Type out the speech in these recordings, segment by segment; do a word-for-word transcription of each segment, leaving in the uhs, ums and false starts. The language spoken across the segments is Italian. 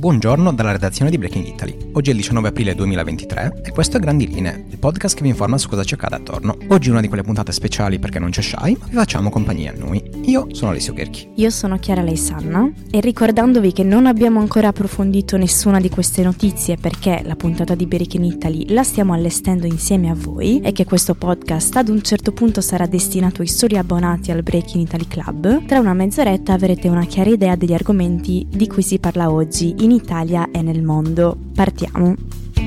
Buongiorno dalla redazione di Breaking Italy. Oggi è il diciannove aprile duemilaventitré e questo è Grandi Linee, il podcast che vi informa su cosa ci accade attorno. Oggi è una di quelle puntate speciali perché non c'è Shai, ma vi facciamo compagnia a noi. Io sono Alessio Cherchi. Io sono Chiara Leisanna e ricordandovi che non abbiamo ancora approfondito nessuna di queste notizie perché la puntata di Breaking Italy la stiamo allestendo insieme a voi e che questo podcast ad un certo punto sarà destinato ai soli abbonati al Breaking Italy Club, tra una mezz'oretta avrete una chiara idea degli argomenti di cui si parla oggi in Italia e nel mondo. Partiamo!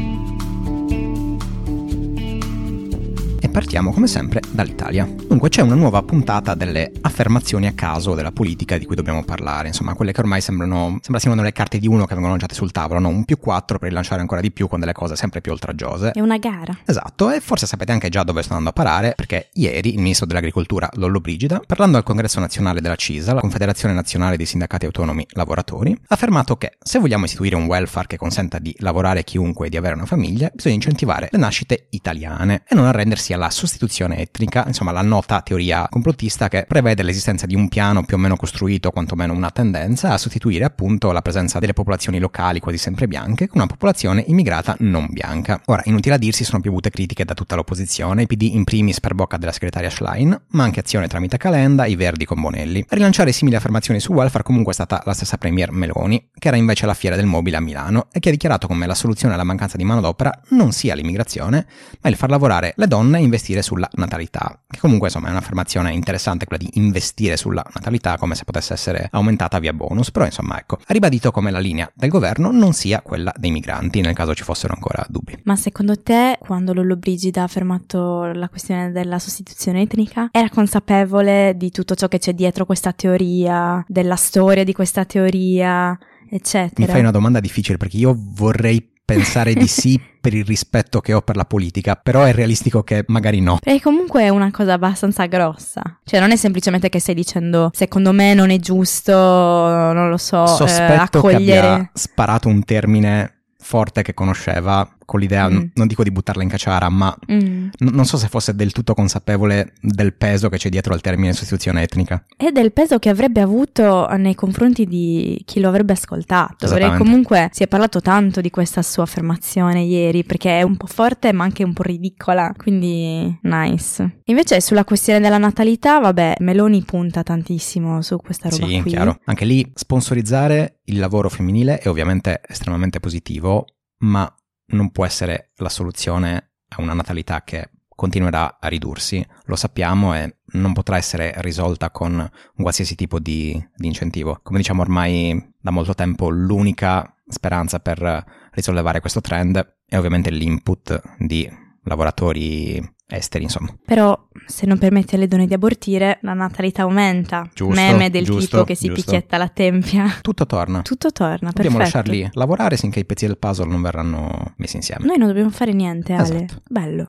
E partiamo come sempre dall'Italia. Dunque c'è una nuova puntata delle affermazioni a caso della politica di cui dobbiamo parlare, insomma quelle che ormai sembrano sembra siano le carte di uno che vengono lanciate sul tavolo, no? Un più quattro per rilanciare ancora di più con delle cose sempre più oltraggiose. È una gara. Esatto, e forse sapete anche già dove sto andando a parare, perché ieri il ministro dell'agricoltura Lollobrigida, parlando al congresso nazionale della C I S A, la Confederazione Nazionale dei Sindacati Autonomi Lavoratori, ha affermato che se vogliamo istituire un welfare che consenta di lavorare a chiunque e di avere una famiglia, bisogna incentivare le nascite italiane e non arrendersi alla sostituzione etnica, insomma la nota teoria complottista che prevede l'esistenza di un piano più o meno costruito, quantomeno una tendenza a sostituire appunto la presenza delle popolazioni locali quasi sempre bianche con una popolazione immigrata non bianca. Ora, inutile a dirsi, sono piovute critiche da tutta l'opposizione, i P D in primis per bocca della segretaria Schlein, ma anche Azione tramite Calenda, i Verdi con Bonelli. A rilanciare simili affermazioni su welfare comunque è stata la stessa premier Meloni, che era invece alla Fiera del Mobile a Milano e che ha dichiarato come la soluzione alla mancanza di manodopera non sia l'immigrazione, ma il far lavorare le donne e investire sulla natalità, che comunque insomma è un'affermazione interessante quella di investire sulla natalità come se potesse essere aumentata via bonus, però insomma ecco, ha ribadito come la linea del governo non sia quella dei migranti, nel caso ci fossero ancora dubbi. Ma secondo te, quando Lollobrigida ha affermato la questione della sostituzione etnica, era consapevole di tutto ciò che c'è dietro questa teoria, della storia di questa teoria, eccetera? Mi fai una domanda difficile perché io vorrei pensare di sì per il rispetto che ho per la politica, però è realistico che magari no. Perché comunque è una cosa abbastanza grossa. Cioè non è semplicemente che stai dicendo secondo me non è giusto, non lo so, Sospetto eh, accogliere... che abbia sparato un termine forte che conosceva con l'idea, mm. non dico di buttarla in caciara, ma mm. n- non so se fosse del tutto consapevole del peso che c'è dietro al termine sostituzione etnica. E del peso che avrebbe avuto nei confronti di chi lo avrebbe ascoltato. Perché comunque si è parlato tanto di questa sua affermazione ieri, perché è un po' forte ma anche un po' ridicola, quindi nice. Invece sulla questione della natalità, vabbè, Meloni punta tantissimo su questa roba sì, qui. Sì, chiaro. Anche lì sponsorizzare il lavoro femminile è ovviamente estremamente positivo, ma non può essere la soluzione a una natalità che continuerà a ridursi, lo sappiamo, e non potrà essere risolta con un qualsiasi tipo di, di incentivo. Come diciamo ormai da molto tempo, l'unica speranza per risollevare questo trend è ovviamente l'input di lavoratori esteri, insomma. Però se non permette alle donne di abortire, la natalità aumenta. Giusto, meme del giusto, tipo che si giusto. picchietta la tempia. Tutto torna. Tutto torna, Dobbiamo perfetto. lasciarli lavorare finché i pezzi del puzzle non verranno messi insieme. Noi non dobbiamo fare niente, Ale. Esatto. Bello.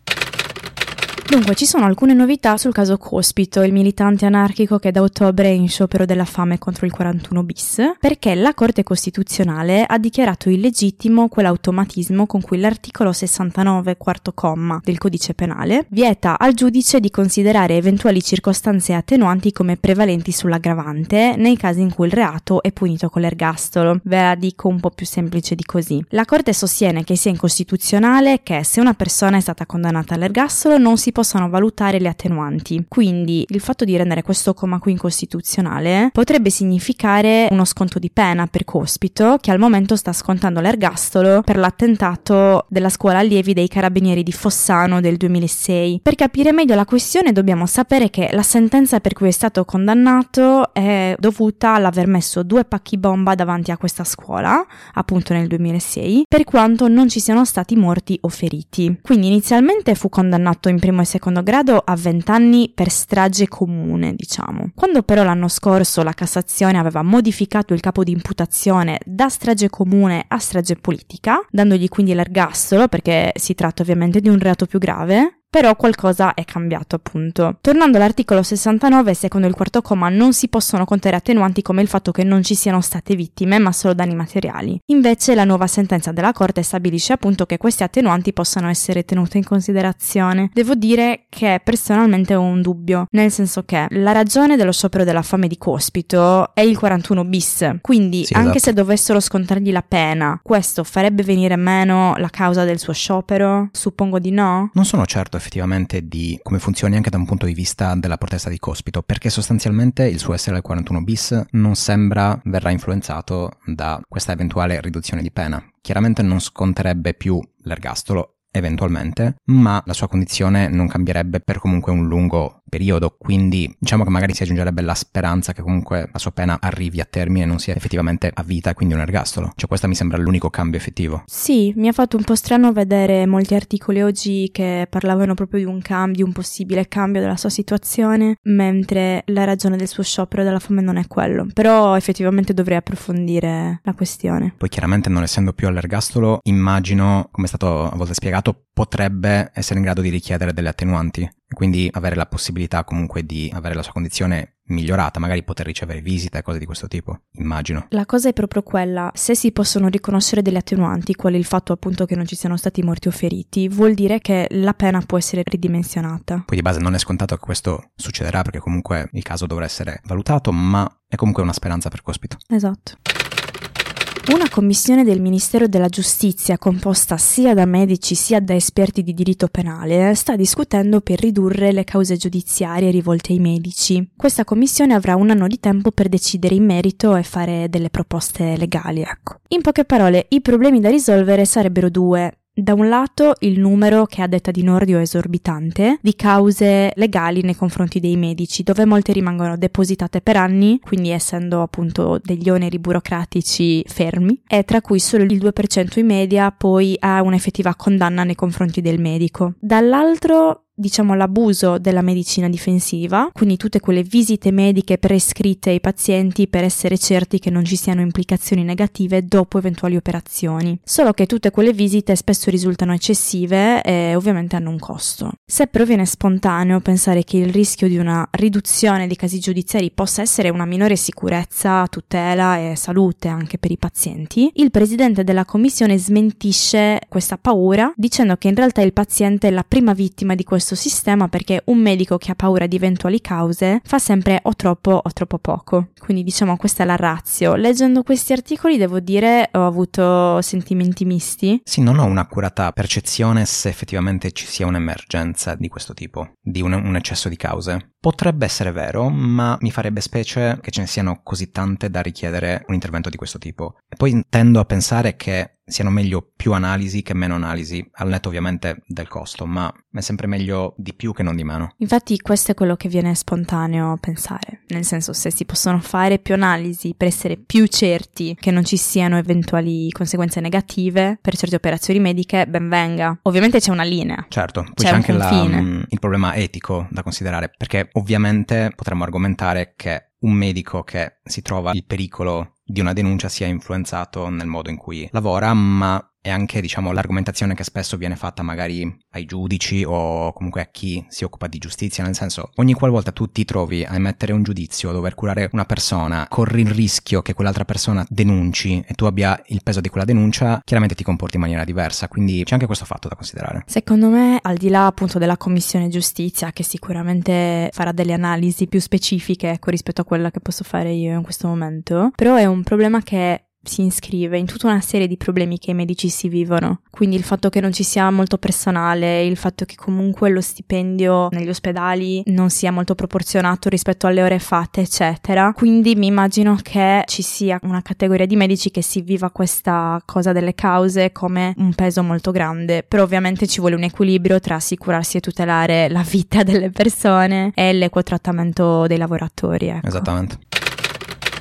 Dunque, ci sono alcune novità sul caso Cospito, il militante anarchico che da ottobre è in sciopero della fame contro il quarantuno bis, perché la Corte Costituzionale ha dichiarato illegittimo quell'automatismo con cui l'articolo sessantanove, quarto comma del Codice Penale, vieta al giudice di considerare eventuali circostanze attenuanti come prevalenti sull'aggravante nei casi in cui il reato è punito con l'ergastolo. Ve la dico un po' più semplice di così. La Corte sostiene che sia incostituzionale che se una persona è stata condannata all'ergastolo non si possano valutare le attenuanti. Quindi il fatto di rendere questo comma qui incostituzionale potrebbe significare uno sconto di pena per Cospito, che al momento sta scontando l'ergastolo per l'attentato della scuola allievi dei carabinieri di Fossano del duemilasei. Per capire meglio la questione dobbiamo sapere che la sentenza per cui è stato condannato è dovuta all'aver messo due pacchi bomba davanti a questa scuola, appunto nel duemilasei, per quanto non ci siano stati morti o feriti. Quindi inizialmente fu condannato in primo e secondo grado a venti anni per strage comune, diciamo. Quando però l'anno scorso la Cassazione aveva modificato il capo di imputazione da strage comune a strage politica, dandogli quindi l'ergastolo perché si tratta ovviamente di un reato più grave, Però qualcosa è cambiato, appunto. Tornando all'articolo sessantanove, secondo il quarto comma non si possono contare attenuanti come il fatto che non ci siano state vittime, ma solo danni materiali. Invece la nuova sentenza della Corte stabilisce appunto che questi attenuanti possano essere tenute in considerazione. Devo dire che personalmente ho un dubbio, nel senso che la ragione dello sciopero della fame di Cospito è il quarantuno bis, quindi sì, anche esatto. se dovessero scontargli la pena, questo farebbe venire meno la causa del suo sciopero? Suppongo di no. Non sono certo effettivamente di come funzioni anche da un punto di vista della protesta di Cospito, perché sostanzialmente il suo essere al quarantuno bis non sembra verrà influenzato da questa eventuale riduzione di pena. Chiaramente non sconterebbe più l'ergastolo, eventualmente, ma la sua condizione non cambierebbe per comunque un lungo periodo, quindi diciamo che magari si aggiungerebbe la speranza che comunque la sua pena arrivi a termine e non sia effettivamente a vita, quindi un ergastolo. Cioè questo mi sembra l'unico cambio effettivo. Sì, mi ha fatto un po' strano vedere molti articoli oggi che parlavano proprio di un cambio, di un possibile cambio della sua situazione, mentre la ragione del suo sciopero della fame non è quello. Però effettivamente dovrei approfondire la questione. Poi chiaramente non essendo più all'ergastolo, immagino, come è stato a volte spiegato, potrebbe essere in grado di richiedere delle attenuanti e quindi avere la possibilità comunque di avere la sua condizione migliorata, magari poter ricevere visite e cose di questo tipo, immagino. La cosa è proprio quella, se si possono riconoscere delle attenuanti, quale il fatto appunto che non ci siano stati morti o feriti, vuol dire che la pena può essere ridimensionata. Poi di base non è scontato che questo succederà perché comunque il caso dovrà essere valutato, ma è comunque una speranza per Cospito. Esatto. Una commissione del Ministero della Giustizia, composta sia da medici sia da esperti di diritto penale, sta discutendo per ridurre le cause giudiziarie rivolte ai medici. Questa commissione avrà un anno di tempo per decidere in merito e fare delle proposte legali, ecco. In poche parole, i problemi da risolvere sarebbero due. Da un lato il numero, che a detta di Nordio è esorbitante, di cause legali nei confronti dei medici, dove molte rimangono depositate per anni, quindi essendo appunto degli oneri burocratici fermi, e tra cui solo il due per cento in media poi ha un'effettiva condanna nei confronti del medico. Dall'altro diciamo l'abuso della medicina difensiva, quindi tutte quelle visite mediche prescritte ai pazienti per essere certi che non ci siano implicazioni negative dopo eventuali operazioni. Solo che tutte quelle visite spesso risultano eccessive e ovviamente hanno un costo. Se però viene spontaneo pensare che il rischio di una riduzione dei casi giudiziari possa essere una minore sicurezza, tutela e salute anche per i pazienti, il presidente della commissione smentisce questa paura dicendo che in realtà il paziente è la prima vittima di questo sistema perché un medico che ha paura di eventuali cause fa sempre o troppo o troppo poco. Quindi diciamo questa è la ratio. Leggendo questi articoli devo dire ho avuto sentimenti misti. Sì, non ho un'accurata percezione se effettivamente ci sia un'emergenza di questo tipo, di un, un eccesso di cause. Potrebbe essere vero, ma mi farebbe specie che ce ne siano così tante da richiedere un intervento di questo tipo. E poi tendo a pensare che siano meglio più analisi che meno analisi, al netto ovviamente del costo, ma è sempre meglio di più che non di meno. Infatti questo è quello che viene spontaneo pensare, nel senso se si possono fare più analisi per essere più certi che non ci siano eventuali conseguenze negative per certe operazioni mediche, ben venga. Ovviamente c'è una linea. Certo, poi c'è, c'è anche la, mh, il problema etico da considerare, perché ovviamente potremmo argomentare che un medico che si trova il pericolo di una denuncia sia influenzato nel modo in cui lavora, ma è anche, diciamo, l'argomentazione che spesso viene fatta magari ai giudici o comunque a chi si occupa di giustizia, nel senso, ogni qualvolta tu ti trovi a emettere un giudizio, a dover curare una persona, corri il rischio che quell'altra persona denunci e tu abbia il peso di quella denuncia, chiaramente ti comporti in maniera diversa, quindi c'è anche questo fatto da considerare. Secondo me, al di là appunto della commissione giustizia, che sicuramente farà delle analisi più specifiche, ecco, rispetto a quella che posso fare io in questo momento, però è un problema che si iscrive in tutta una serie di problemi che i medici si vivono, quindi il fatto che non ci sia molto personale, il fatto che comunque lo stipendio negli ospedali non sia molto proporzionato rispetto alle ore fatte, eccetera. Quindi mi immagino che ci sia una categoria di medici che si viva questa cosa delle cause come un peso molto grande, però ovviamente ci vuole un equilibrio tra assicurarsi e tutelare la vita delle persone e l'equo trattamento dei lavoratori, ecco. Esattamente.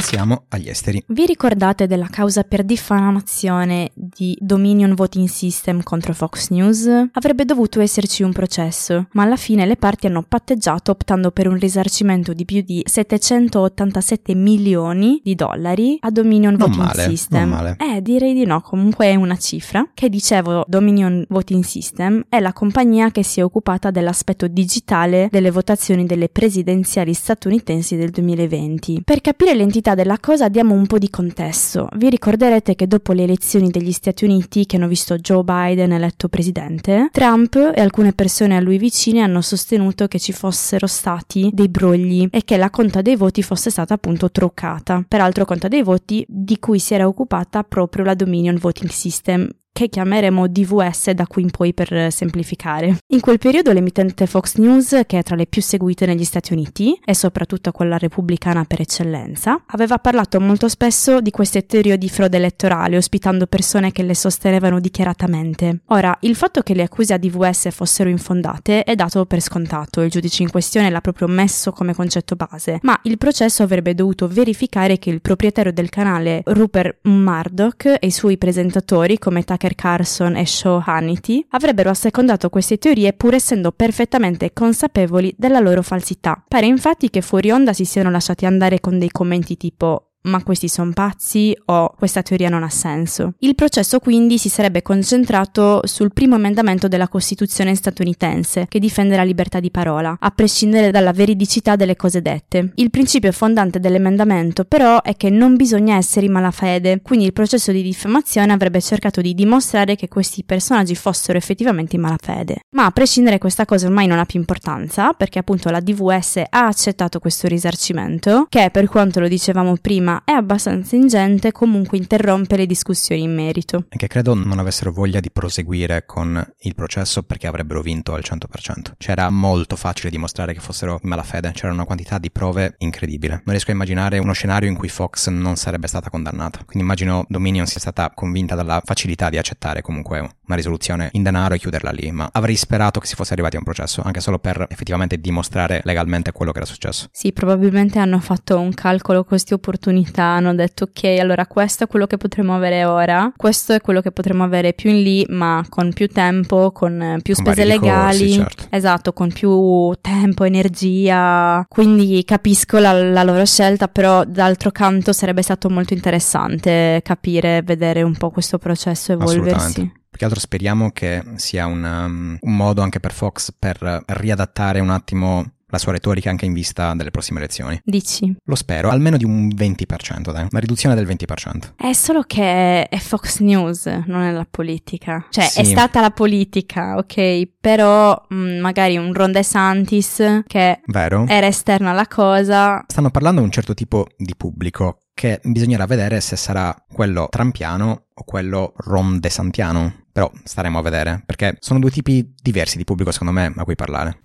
Passiamo agli esteri. Vi ricordate della causa per diffamazione di Dominion Voting System contro Fox News? Avrebbe dovuto esserci un processo, ma alla fine le parti hanno patteggiato optando per un risarcimento di più di settecentottantasette milioni di dollari a Dominion Non Voting male, System. non male. Eh, direi di no, comunque è una cifra. Che dicevo, Dominion Voting System è la compagnia che si è occupata dell'aspetto digitale delle votazioni delle presidenziali statunitensi del duemilaventi. Per capire l'entità della cosa diamo un po' di contesto. Vi ricorderete che dopo le elezioni degli Stati Uniti che hanno visto Joe Biden eletto presidente, Trump e alcune persone a lui vicine hanno sostenuto che ci fossero stati dei brogli e che la conta dei voti fosse stata appunto truccata. Peraltro conta dei voti di cui si era occupata proprio la Dominion Voting System, che chiameremo D V S da qui in poi per semplificare. In quel periodo l'emittente Fox News, che è tra le più seguite negli Stati Uniti e soprattutto quella repubblicana per eccellenza, aveva parlato molto spesso di queste teorie di frode elettorale, ospitando persone che le sostenevano dichiaratamente. Ora, il fatto che le accuse a D V S fossero infondate è dato per scontato, il giudice in questione l'ha proprio messo come concetto base, ma il processo avrebbe dovuto verificare che il proprietario del canale, Rupert Murdoch, e i suoi presentatori come Tucker Carlson e Sean Hannity avrebbero assecondato queste teorie pur essendo perfettamente consapevoli della loro falsità. Pare infatti che fuori onda si siano lasciati andare con dei commenti tipo "ma questi sono pazzi" o "questa teoria non ha senso". Il processo quindi si sarebbe concentrato sul primo emendamento della Costituzione statunitense che difende la libertà di parola, a prescindere dalla veridicità delle cose dette. Il principio fondante dell'emendamento però è che non bisogna essere in malafede, quindi il processo di diffamazione avrebbe cercato di dimostrare che questi personaggi fossero effettivamente in malafede. Ma a prescindere questa cosa ormai non ha più importanza, perché appunto la D V S ha accettato questo risarcimento, che per quanto lo dicevamo prima è abbastanza ingente, comunque interrompe le discussioni in merito. E che credo non avessero voglia di proseguire con il processo perché avrebbero vinto al cento per cento. C'era molto facile dimostrare che fossero in malafede, c'era una quantità di prove incredibile. Non riesco a immaginare uno scenario in cui Fox non sarebbe stata condannata. Quindi immagino Dominion sia stata convinta dalla facilità di accettare comunque una risoluzione in denaro e chiuderla lì, ma avrei sperato che si fosse arrivati a un processo, anche solo per effettivamente dimostrare legalmente quello che era successo. Sì, probabilmente hanno fatto un calcolo costi opportunità, hanno detto ok, allora questo è quello che potremo avere ora, questo è quello che potremo avere più in lì, ma con più tempo, con più con spese legali, ricorsi, certo. Esatto, con più tempo, energia, quindi capisco la, la loro scelta, però d'altro canto sarebbe stato molto interessante capire, vedere un po' questo processo evolversi. Più che altro speriamo che sia un, um, un modo anche per Fox per riadattare un attimo la sua retorica anche in vista delle prossime elezioni. Dici? Lo spero, almeno di un venti per cento, dai, una riduzione del venti per cento. È solo che è Fox News, non è la politica. Cioè, sì. È stata la politica, ok, però mh, magari un Ron DeSantis che Vero? era esterna alla cosa. Stanno parlando a un certo tipo di pubblico che bisognerà vedere se sarà quello trampiano o quello Ron DeSantiano. Però staremo a vedere, perché sono due tipi diversi di pubblico secondo me a cui parlare.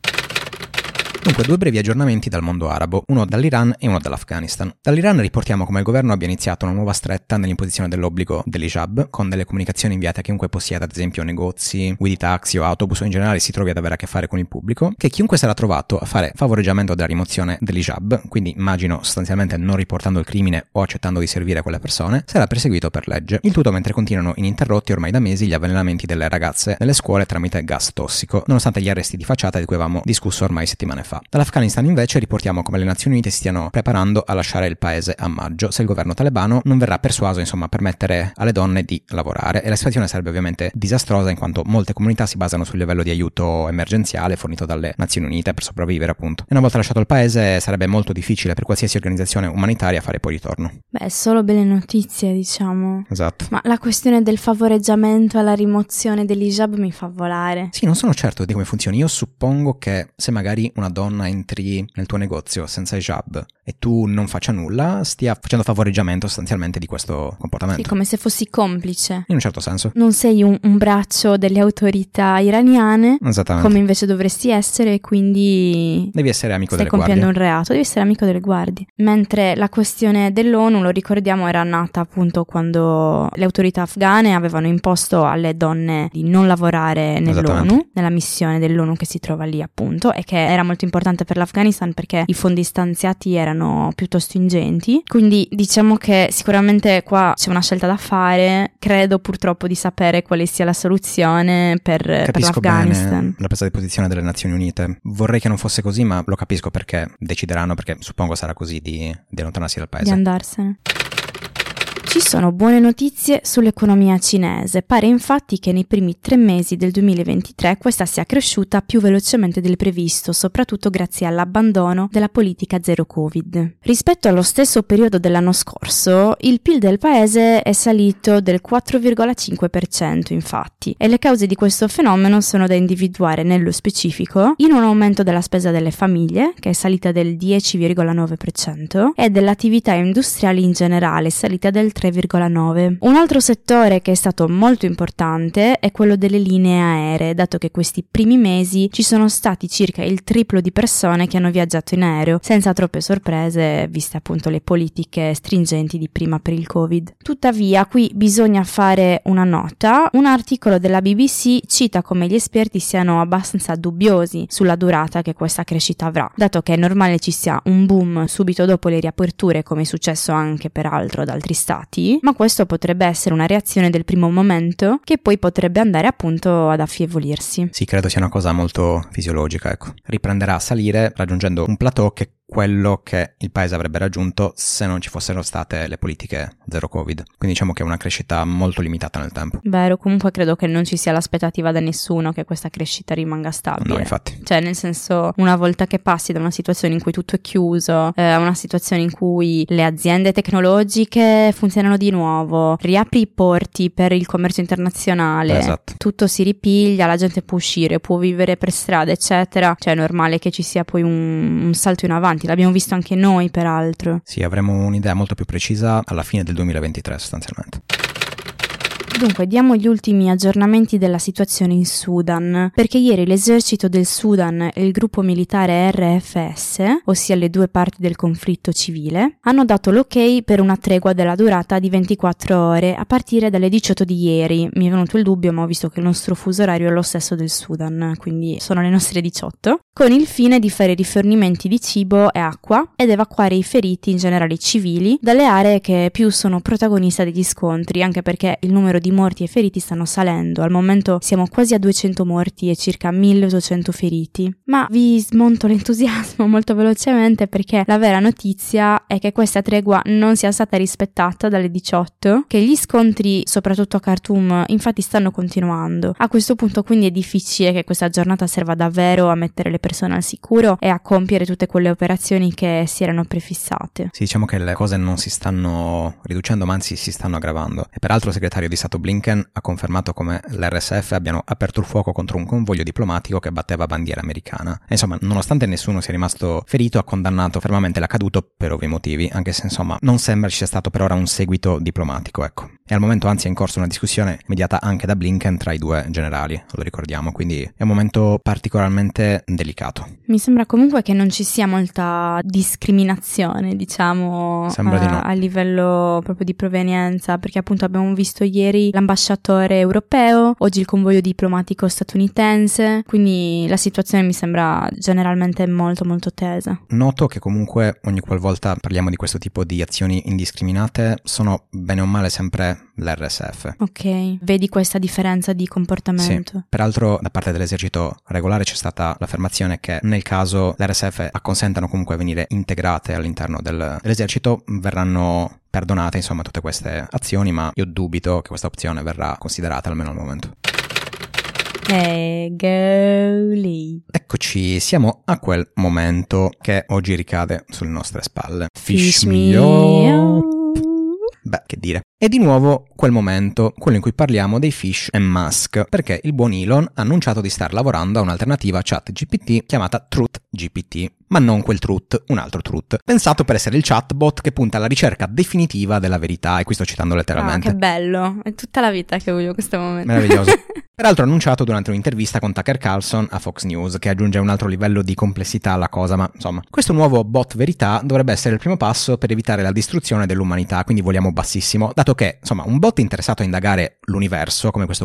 Dunque, due brevi aggiornamenti dal mondo arabo, uno dall'Iran e uno dall'Afghanistan. Dall'Iran riportiamo come il governo abbia iniziato una nuova stretta nell'imposizione dell'obbligo dell'hijab, con delle comunicazioni inviate a chiunque possieda ad esempio negozi, guidi taxi o autobus o in generale si trovi ad avere a che fare con il pubblico, che chiunque sarà trovato a fare favoreggiamento della rimozione dell'hijab, quindi immagino sostanzialmente non riportando il crimine o accettando di servire quelle persone, sarà perseguito per legge. Il tutto mentre continuano ininterrotti ormai da mesi gli avvelenamenti delle ragazze nelle scuole tramite gas tossico, nonostante gli arresti di facciata di cui avevamo discusso ormai settimane fa. Dall'Afghanistan invece riportiamo come le Nazioni Unite si stiano preparando a lasciare il paese a maggio se il governo talebano non verrà persuaso insomma a permettere alle donne di lavorare, e la situazione sarebbe ovviamente disastrosa in quanto molte comunità si basano sul livello di aiuto emergenziale fornito dalle Nazioni Unite per sopravvivere appunto, e una volta lasciato il paese sarebbe molto difficile per qualsiasi organizzazione umanitaria fare poi ritorno. Beh, solo belle notizie, diciamo. Esatto. Ma la questione del favoreggiamento alla rimozione dell'hijab mi fa volare. Sì, non sono certo di come funzioni. Io suppongo che se magari una donna entri nel tuo negozio senza hijab e tu non faccia nulla, stia facendo favoreggiamento sostanzialmente di questo comportamento. Sì, come se fossi complice. In un certo senso. Non sei un, un braccio delle autorità iraniane, esattamente, come invece dovresti essere, quindi devi essere amico stai delle guardie. compiendo un reato, devi essere amico delle guardie. Mentre la questione dell'ONU, lo ricordiamo, era nata appunto quando le autorità afghane avevano imposto alle donne di non lavorare nell'ONU, nella missione dell'ONU che si trova lì appunto, e che era molto molto importante per l'Afghanistan perché i fondi stanziati erano piuttosto ingenti, quindi diciamo che sicuramente qua c'è una scelta da fare. Credo purtroppo di sapere quale sia la soluzione per, per l'Afghanistan. Bene la presa di posizione delle Nazioni Unite. Vorrei che non fosse così, ma lo capisco perché decideranno, perché suppongo sarà così, di, di allontanarsi dal paese. Di andarsene. Ci sono buone notizie sull'economia cinese. Pare infatti che nei primi tre mesi del duemilaventitré questa sia cresciuta più velocemente del previsto, soprattutto grazie all'abbandono della politica zero Covid. Rispetto allo stesso periodo dell'anno scorso, il P I L del paese è salito del quattro virgola cinque per cento infatti, e le cause di questo fenomeno sono da individuare nello specifico in un aumento della spesa delle famiglie, che è salita del dieci virgola nove per cento, e dell'attività industriale in generale, salita del tre virgola nove. Un altro settore che è stato molto importante è quello delle linee aeree, dato che questi primi mesi ci sono stati circa il triplo di persone che hanno viaggiato in aereo, senza troppe sorprese, viste appunto le politiche stringenti di prima per il Covid. Tuttavia, qui bisogna fare una nota. Un articolo della B B C cita come gli esperti siano abbastanza dubbiosi sulla durata che questa crescita avrà, dato che è normale ci sia un boom subito dopo le riaperture, come è successo anche peraltro ad altri stati, ma questo potrebbe essere una reazione del primo momento che poi potrebbe andare appunto ad affievolirsi. Sì, credo sia una cosa molto fisiologica, ecco. Riprenderà a salire raggiungendo un plateau che quello che il paese avrebbe raggiunto se non ci fossero state le politiche zero Covid. Quindi diciamo che è una crescita molto limitata nel tempo. Vero, comunque credo che non ci sia l'aspettativa da nessuno che questa crescita rimanga stabile. No, infatti. Cioè, nel senso, una volta che passi da una situazione in cui tutto è chiuso eh, a una situazione in cui le aziende tecnologiche funzionano di nuovo, riapri i porti per il commercio internazionale, esatto. Tutto si ripiglia, la gente può uscire, può vivere per strada, eccetera. Cioè, è normale che ci sia poi un, un salto in avanti. L'abbiamo visto anche noi, peraltro. Sì, avremo un'idea molto più precisa alla fine del duemilaventitré, sostanzialmente. Dunque, diamo gli ultimi aggiornamenti della situazione in Sudan, perché ieri l'esercito del Sudan e il gruppo militare R F S, ossia le due parti del conflitto civile, hanno dato l'ok per una tregua della durata di ventiquattro ore a partire dalle diciotto di ieri. Mi è venuto il dubbio, ma ho visto che il nostro fuso orario è lo stesso del Sudan, quindi sono le nostre diciotto, con il fine di fare rifornimenti di cibo e acqua ed evacuare i feriti, in generale civili, dalle aree che più sono protagoniste degli scontri, anche perché il numero di di morti e feriti stanno salendo. Al momento siamo quasi a duecento morti e circa milleottocento feriti. Ma vi smonto l'entusiasmo molto velocemente, perché la vera notizia è che questa tregua non sia stata rispettata dalle diciotto, che gli scontri, soprattutto a Khartoum, infatti stanno continuando. A questo punto quindi è difficile che questa giornata serva davvero a mettere le persone al sicuro e a compiere tutte quelle operazioni che si erano prefissate. Sì, diciamo che le cose non si stanno riducendo, ma anzi si stanno aggravando. E peraltro il segretario di Stato Blinken ha confermato come l'R S F abbiano aperto il fuoco contro un convoglio diplomatico che batteva bandiera americana. E insomma, nonostante nessuno sia rimasto ferito, ha condannato fermamente l'accaduto per ovvi motivi, anche se insomma non sembra ci sia stato per ora un seguito diplomatico, ecco. E al momento anzi è in corso una discussione mediata anche da Blinken tra i due generali, lo ricordiamo, quindi è un momento particolarmente delicato. Mi sembra comunque che non ci sia molta discriminazione, diciamo, sembra a, di no. a livello proprio di provenienza, perché appunto abbiamo visto ieri l'ambasciatore europeo, oggi il convoglio diplomatico statunitense, quindi la situazione mi sembra generalmente molto molto tesa. Noto che comunque ogni qualvolta parliamo di questo tipo di azioni indiscriminate sono bene o male sempre l'R S F. Ok, vedi questa differenza di comportamento? Sì, peraltro da parte dell'esercito regolare c'è stata l'affermazione che nel caso l'R S F acconsentano comunque a venire integrate all'interno del, dell'esercito verranno perdonate insomma tutte queste azioni, ma io dubito che questa opzione verrà considerata almeno al momento. E go lì. Eccoci, siamo a quel momento che oggi ricade sulle nostre spalle. Fish me up. Beh, che dire. E di nuovo quel momento, quello in cui parliamo dei Fish e Musk, perché il buon Elon ha annunciato di star lavorando a un'alternativa a ChatGPT chiamata TruthGPT, ma non quel Truth, un altro Truth, pensato per essere il chatbot che punta alla ricerca definitiva della verità, e qui sto citando letteralmente. Ah, che bello, è tutta la vita che voglio questo momento. Meraviglioso. Peraltro annunciato durante un'intervista con Tucker Carlson a Fox News, che aggiunge un altro livello di complessità alla cosa, ma insomma, questo nuovo bot verità dovrebbe essere il primo passo per evitare la distruzione dell'umanità, quindi vogliamo bassissimo, dato che, insomma, un bot interessato a indagare l'universo, come questo qui che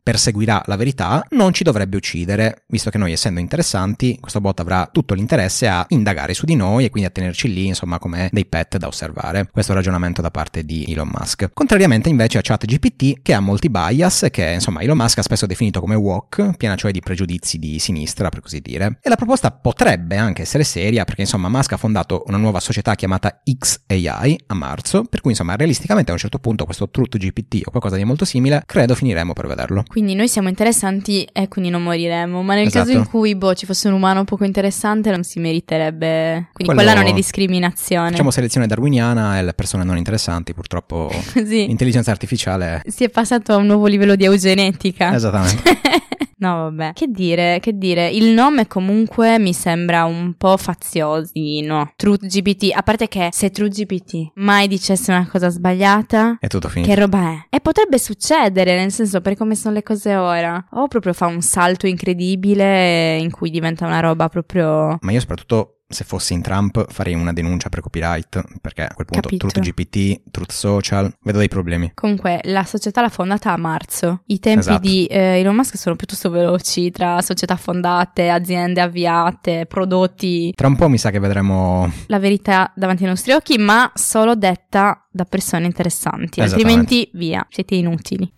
perseguirà la verità, non ci dovrebbe uccidere, visto che noi, essendo interessanti, questo bot avrà tutto l'interesse a indagare su di noi e quindi a tenerci lì, insomma, come dei pet da osservare. Questo è un ragionamento da parte di Elon Musk. Contrariamente invece a ChatGPT, che ha molti bias, che insomma Elon Musk ha spesso definito come woke, piena cioè di pregiudizi di sinistra, per così dire. E la proposta potrebbe anche essere seria, perché insomma Musk ha fondato una nuova società chiamata X A I a marzo, per cui insomma realisticamente a un certo punto questo TruthGPT o qualcosa di molto simile, credo finiremo per vederlo. Quindi noi siamo interessanti e quindi non moriremo, ma nel Esatto. caso in cui boh, ci fosse un umano poco interessante non si meriterebbe, quindi Quello- quella non è discriminazione. Facciamo selezione darwiniana e le persone non interessanti, purtroppo Così l'intelligenza artificiale... si è passato a un nuovo livello di eugenetica. Esattamente. No, vabbè. Che dire, che dire. Il nome comunque mi sembra un po' faziosino. TruthGPT, a parte che se TruthGPT mai dicesse una cosa sbagliata, È tutto finito. che roba è? E potrebbe succedere, nel senso, per come sono le cose ora. O proprio fa un salto incredibile in cui diventa una roba proprio... Ma io soprattutto, se fossi in Trump, farei una denuncia per copyright, perché a quel punto Capito. TruthGPT, Truth Social, vedo dei problemi. Comunque, la società l'ha fondata a marzo. I tempi Esatto. di eh, Elon Musk sono piuttosto veloci tra società fondate, aziende avviate, prodotti. Tra un po' mi sa che vedremo... La verità davanti ai nostri occhi, ma solo detta da persone interessanti. Esattamente. Altrimenti, via, siete inutili.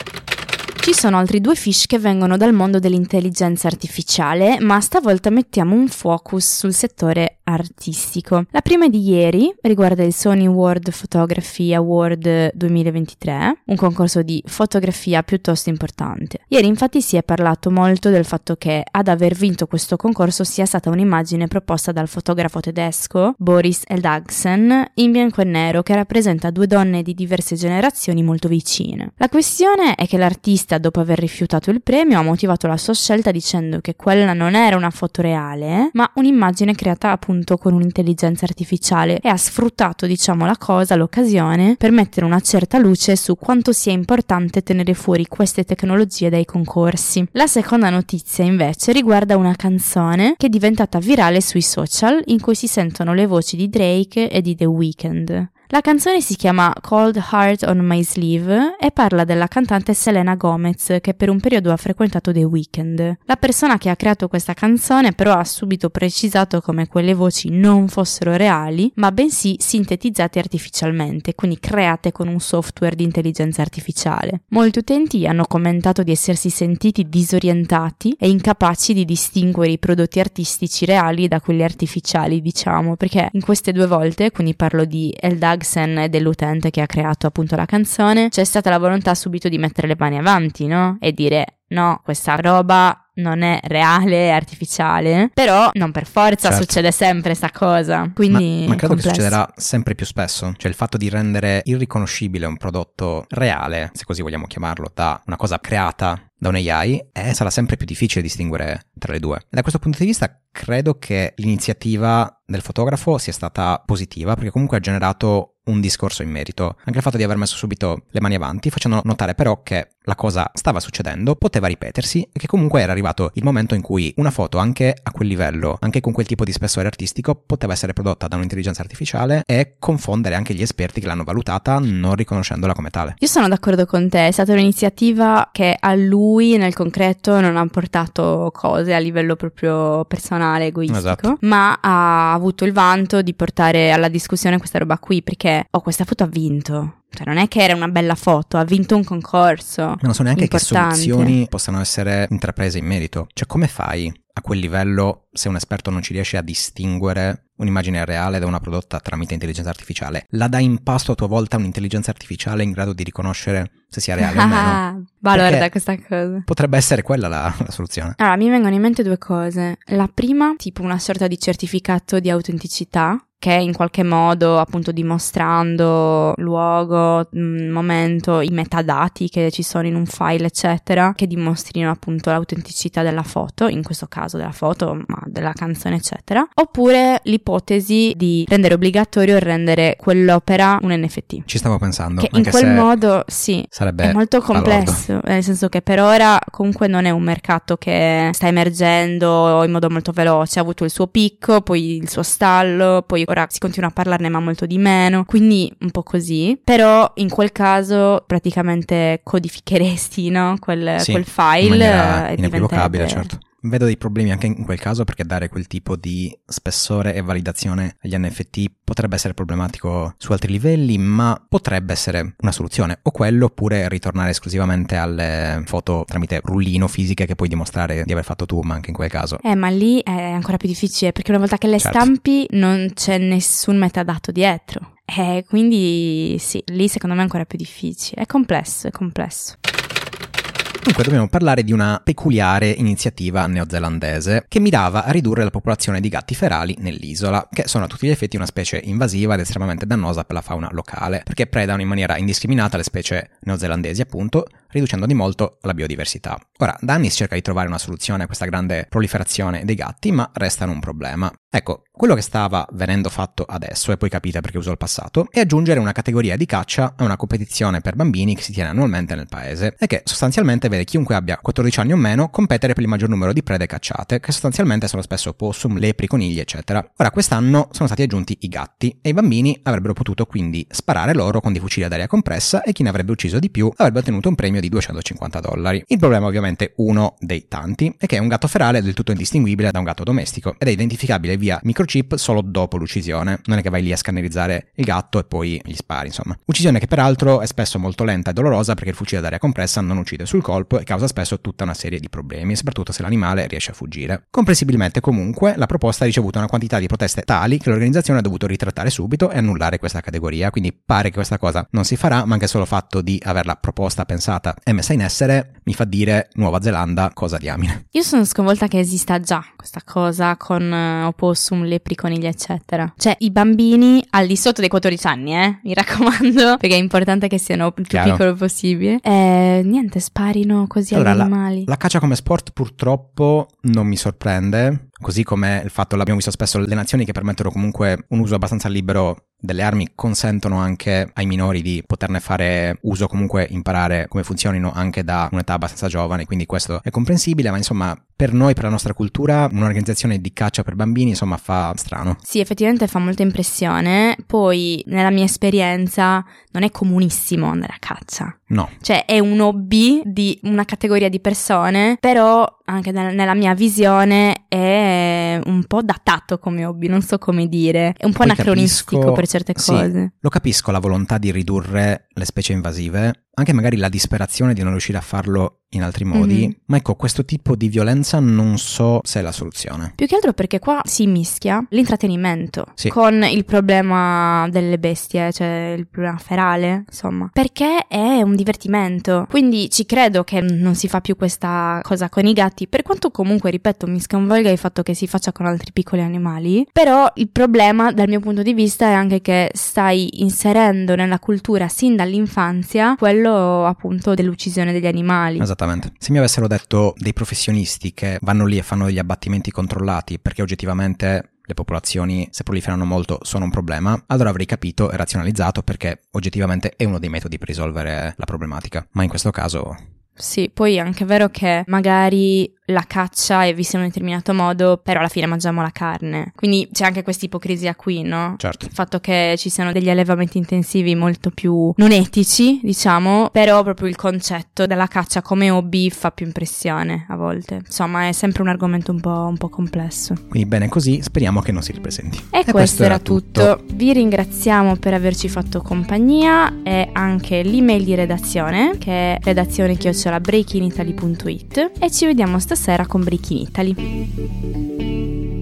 Ci sono altri due fish che vengono dal mondo dell'intelligenza artificiale, ma stavolta mettiamo un focus sul settore artistico. La prima è di ieri, riguarda il Sony World Photography Award duemilaventitré, un concorso di fotografia piuttosto importante. Ieri infatti si è parlato molto del fatto che ad aver vinto questo concorso sia stata un'immagine proposta dal fotografo tedesco Boris Eldagsen in bianco e nero, che rappresenta due donne di diverse generazioni molto vicine. La questione è che l'artista, dopo aver rifiutato il premio, ha motivato la sua scelta dicendo che quella non era una foto reale, ma un'immagine creata appunto con un'intelligenza artificiale, e ha sfruttato, diciamo, la cosa, l'occasione, per mettere una certa luce su quanto sia importante tenere fuori queste tecnologie dai concorsi. La seconda notizia invece riguarda una canzone che è diventata virale sui social, in cui si sentono le voci di Drake e di The Weeknd. La canzone si chiama Cold Heart on My Sleeve e parla della cantante Selena Gomez, che per un periodo ha frequentato The Weeknd. La persona che ha creato questa canzone però ha subito precisato come quelle voci non fossero reali, ma bensì sintetizzate artificialmente, quindi create con un software di intelligenza artificiale. Molti utenti hanno commentato di essersi sentiti disorientati e incapaci di distinguere i prodotti artistici reali da quelli artificiali, diciamo, perché in queste due volte, quindi parlo di Eldagsen e dell'utente che ha creato appunto la canzone, c'è stata la volontà subito di mettere le mani avanti, no? E dire no, questa roba non è reale, è artificiale, però non per forza Certo. succede sempre sta cosa, quindi Ma, ma credo complesso. che succederà sempre più spesso, cioè il fatto di rendere irriconoscibile un prodotto reale, se così vogliamo chiamarlo, da una cosa creata da un A I, eh, sarà sempre più difficile distinguere tra le due. E da questo punto di vista credo che l'iniziativa del fotografo sia stata positiva, perché comunque ha generato un discorso in merito. Anche il fatto di aver messo subito le mani avanti, facendo notare però che la cosa stava succedendo, poteva ripetersi, e che comunque era arrivato il momento in cui una foto anche a quel livello, anche con quel tipo di spessore artistico, poteva essere prodotta da un'intelligenza artificiale e confondere anche gli esperti che l'hanno valutata non riconoscendola come tale. Io sono d'accordo con te, è stata un'iniziativa che a lui nel concreto non ha portato cose a livello proprio personale, egoistico, Esatto. ma ha avuto il vanto di portare alla discussione questa roba qui, perché oh, questa foto ha vinto. Cioè non è che era una bella foto, ha vinto un concorso. Ma non so neanche importante. che soluzioni possano essere intraprese in merito. Cioè come fai a quel livello, se un esperto non ci riesce a distinguere un'immagine reale da una prodotta tramite intelligenza artificiale? La dai in pasto a tua volta a un'intelligenza artificiale in grado di riconoscere se sia reale o meno? Ah, valore Perché da questa cosa. potrebbe essere quella la, la soluzione. Allora, mi vengono in mente due cose. La prima, tipo una sorta di certificato di autenticità, che in qualche modo, appunto, dimostrando luogo, mh, momento, i metadati che ci sono in un file, eccetera, che dimostrino appunto l'autenticità della foto, in questo caso della foto, ma della canzone, eccetera. Oppure l'ipotesi di rendere obbligatorio il rendere quell'opera un N F T. Ci stavo pensando. Che in anche quel se modo, sì, sarebbe è molto balordo. complesso, nel senso che per ora comunque non è un mercato che sta emergendo in modo molto veloce, ha avuto il suo picco, poi il suo stallo, poi ora si continua a parlarne ma molto di meno, quindi un po' così. Però in quel caso praticamente codificheresti, no? Quel, sì, quel file in maniera e inequivocabile, diventerebbe... certo. Vedo dei problemi anche in quel caso perché dare quel tipo di spessore e validazione agli N F T potrebbe essere problematico su altri livelli, ma potrebbe essere una soluzione, o quello oppure ritornare esclusivamente alle foto tramite rullino fisiche che puoi dimostrare di aver fatto tu, ma anche in quel caso. Eh, ma lì è ancora più difficile perché una volta che le certo. stampi non c'è nessun metadato dietro. Eh, quindi sì, lì secondo me è ancora più difficile. È complesso, è complesso. Dunque dobbiamo parlare di una peculiare iniziativa neozelandese che mirava a ridurre la popolazione di gatti ferali nell'isola, che sono a tutti gli effetti una specie invasiva ed estremamente dannosa per la fauna locale, perché predano in maniera indiscriminata le specie neozelandesi, appunto, riducendo di molto la biodiversità. Ora, da anni si cerca di trovare una soluzione a questa grande proliferazione dei gatti, ma restano un problema. Ecco, quello che stava venendo fatto adesso, e poi capite perché uso il passato, è aggiungere una categoria di caccia a una competizione per bambini che si tiene annualmente nel paese e che sostanzialmente vede chiunque abbia quattordici anni o meno competere per il maggior numero di prede cacciate, che sostanzialmente sono spesso possum, lepri, conigli, eccetera. Ora, quest'anno sono stati aggiunti i gatti e i bambini avrebbero potuto quindi sparare loro con dei fucili ad aria compressa e chi ne avrebbe ucciso di più avrebbe ottenuto un premio di duecentocinquanta dollari. Il problema, ovviamente uno dei tanti, è che un gatto ferale è del tutto indistinguibile da un gatto domestico ed è identificabile via microchip solo dopo l'uccisione. Non è che vai lì a scannerizzare il gatto e poi gli spari, insomma. Uccisione che peraltro è spesso molto lenta e dolorosa perché il fucile ad aria compressa non uccide sul colpo e causa spesso tutta una serie di problemi, soprattutto se l'animale riesce a fuggire. Comprensibilmente, comunque, la proposta ha ricevuto una quantità di proteste tali che l'organizzazione ha dovuto ritrattare subito e annullare questa categoria, quindi pare che questa cosa non si farà, ma anche solo fatto di averla proposta, pensata e messa in essere mi fa dire Nuova Zelanda cosa diamine. Io sono sconvolta che esista già questa cosa con uh, opossum, lepri, conigli, eccetera. Cioè, i bambini al di sotto dei quattordici anni, eh, mi raccomando, perché è importante che siano il più Chiaro. piccolo possibile. Eh, niente, sparino così allora, agli animali. La, la caccia come sport purtroppo non mi sorprende, così come il fatto, l'abbiamo visto spesso, le nazioni che permettono comunque un uso abbastanza libero delle armi consentono anche ai minori di poterne fare uso, comunque imparare come funzionino anche da un'età abbastanza giovane, quindi questo è comprensibile, ma insomma per noi, per la nostra cultura, un'organizzazione di caccia per bambini insomma fa strano. Sì, effettivamente fa molta impressione. Poi nella mia esperienza non è comunissimo andare a caccia. No. Cioè è un hobby di una categoria di persone, però anche nella mia visione è un po' datato come hobby, non so come dire, è un po' Poi anacronistico capisco, per certe sì, cose. Lo capisco la volontà di ridurre le specie invasive, anche magari la disperazione di non riuscire a farlo in altri modi, mm-hmm. ma ecco, questo tipo di violenza non so se è la soluzione. Più che altro perché qua si mischia l'intrattenimento sì. con il problema delle bestie, cioè il problema ferale, insomma, perché è un divertimento, quindi ci credo che non si fa più questa cosa con i gatti, per quanto comunque, ripeto, mi sconvolga il fatto che si faccia con altri piccoli animali, però il problema dal mio punto di vista è anche che stai inserendo nella cultura sin dall'infanzia quello appunto dell'uccisione degli animali. Esatto. Se mi avessero detto dei professionisti che vanno lì e fanno degli abbattimenti controllati perché oggettivamente le popolazioni, se proliferano molto, sono un problema, allora avrei capito e razionalizzato perché oggettivamente è uno dei metodi per risolvere la problematica, ma in questo caso... Sì, poi è anche vero che magari la caccia è vista in un determinato modo, però alla fine mangiamo la carne. Quindi c'è anche questa ipocrisia qui, no? Certo. Il fatto che ci siano degli allevamenti intensivi molto più non etici, diciamo, però proprio il concetto della caccia come hobby fa più impressione a volte. Insomma, è sempre un argomento un po', un po' complesso. Quindi bene così, speriamo che non si ripresenti. E, e questo, questo era tutto. tutto. Vi ringraziamo per averci fatto compagnia e anche l'email di redazione, che è redazione chiocciola breakinitaly punto it, e ci vediamo stasera con Breaking Italy.